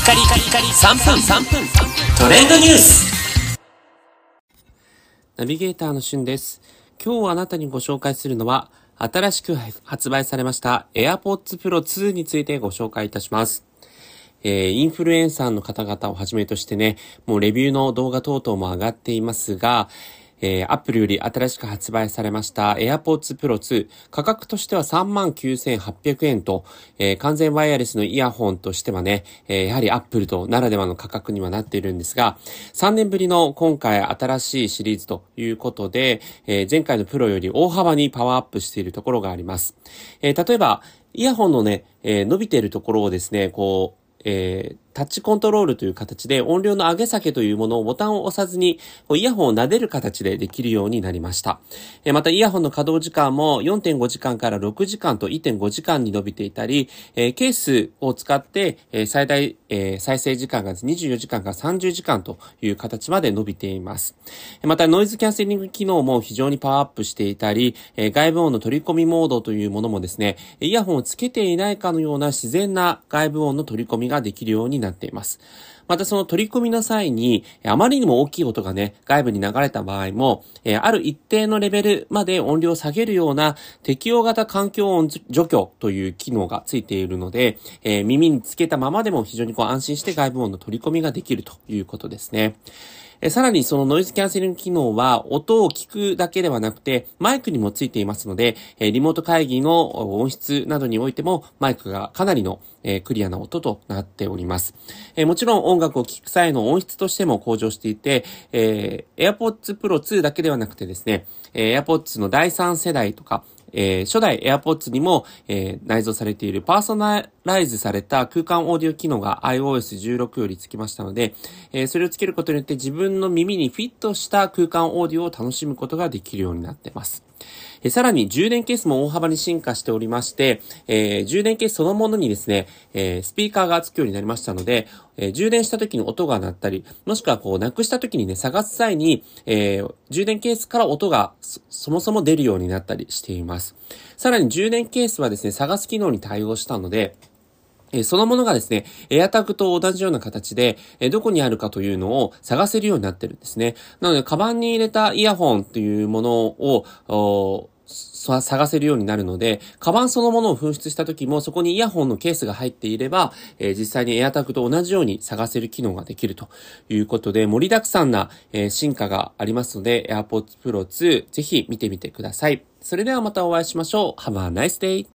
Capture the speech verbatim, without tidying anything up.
カリカリカリさんぷんさんぷんトレンドニュース。 ナビゲーターのしゅんです。今日あなたにご紹介するのは新しく発売されました AirPods Pro ツーについてご紹介いたします。えー、インフルエンサーの方々をはじめとしてね、もうレビューの動画等々も上がっていますが、えー、Apple より新しく発売されました AirPods Pro ツー、価格としては さんまんきゅうせんはっぴゃくえんと、えー、完全ワイヤレスのイヤホンとしてはね、えー、やはり Apple とならではの価格にはなっているんですが、さんねんぶりの今回新しいシリーズということで、えー、前回の Pro より大幅にパワーアップしているところがあります。えー、例えば、イヤホンのね、えー、伸びているところをですね、こう、えー、タッチコントロールという形で音量の上げ下げというものをボタンを押さずにイヤホンを撫でる形でできるようになりました。えー、またイヤホンの稼働時間も よんてんごじかんからろくじかんと いってんごじかんに伸びていたり、えー、ケースを使って、えー、最大、えー、再生時間がにじゅうよじかんからさんじゅうじかんという形まで伸びています。またノイズキャンセリング機能も非常にパワーアップしていたり、えー、外部音の取り込みモードというものもですね、イヤホンをつけていないかのような自然な外部音の取り込みができるようになっています。またその取り込みの際に、あまりにも大きい音がね、外部に流れた場合も、えー、ある一定のレベルまで音量を下げるような適応型環境音除去という機能がついているので、えー、耳につけたままでも非常にこう安心して外部音の取り込みができるということですね。えさらにそのノイズキャンセリング機能は音を聞くだけではなくてマイクにもついていますので、えリモート会議の音質などにおいてもマイクがかなりの、えクリアな音となっております。えもちろん音楽を聴く際の音質としても向上していて、えー、AirPods Pro ツーだけではなくてですね、えー、AirPods のだいさん世代とかえー、初代 AirPods にも、えー、内蔵されているパーソナライズされた空間オーディオ機能が アイオーエスじゅうろく よりつきましたので、えー、それをつけることによって自分の耳にフィットした空間オーディオを楽しむことができるようになっています。えさらに充電ケースも大幅に進化しておりまして、えー、充電ケースそのものにですね、えー、スピーカーがつくようになりましたので、えー、充電した時に音が鳴ったり、もしくはこうなくした時にね、探す際に、えー、充電ケースから音が そ, そもそも出るようになったりしています。さらに充電ケースはですね、探す機能に対応したので、えそのものがですね、AirTag と同じような形で、えどこにあるかというのを探せるようになってるんですね。なので、カバンに入れたイヤホンというものを、探せるようになるので、カバンそのものを紛失した時もそこにイヤホンのケースが入っていれば、えー、実際に AirTag と同じように探せる機能ができるということで、盛りだくさんな、えー、進化がありますので、AirPods Pro ツーぜひ見てみてください。それではまたお会いしましょう。Have a nice day!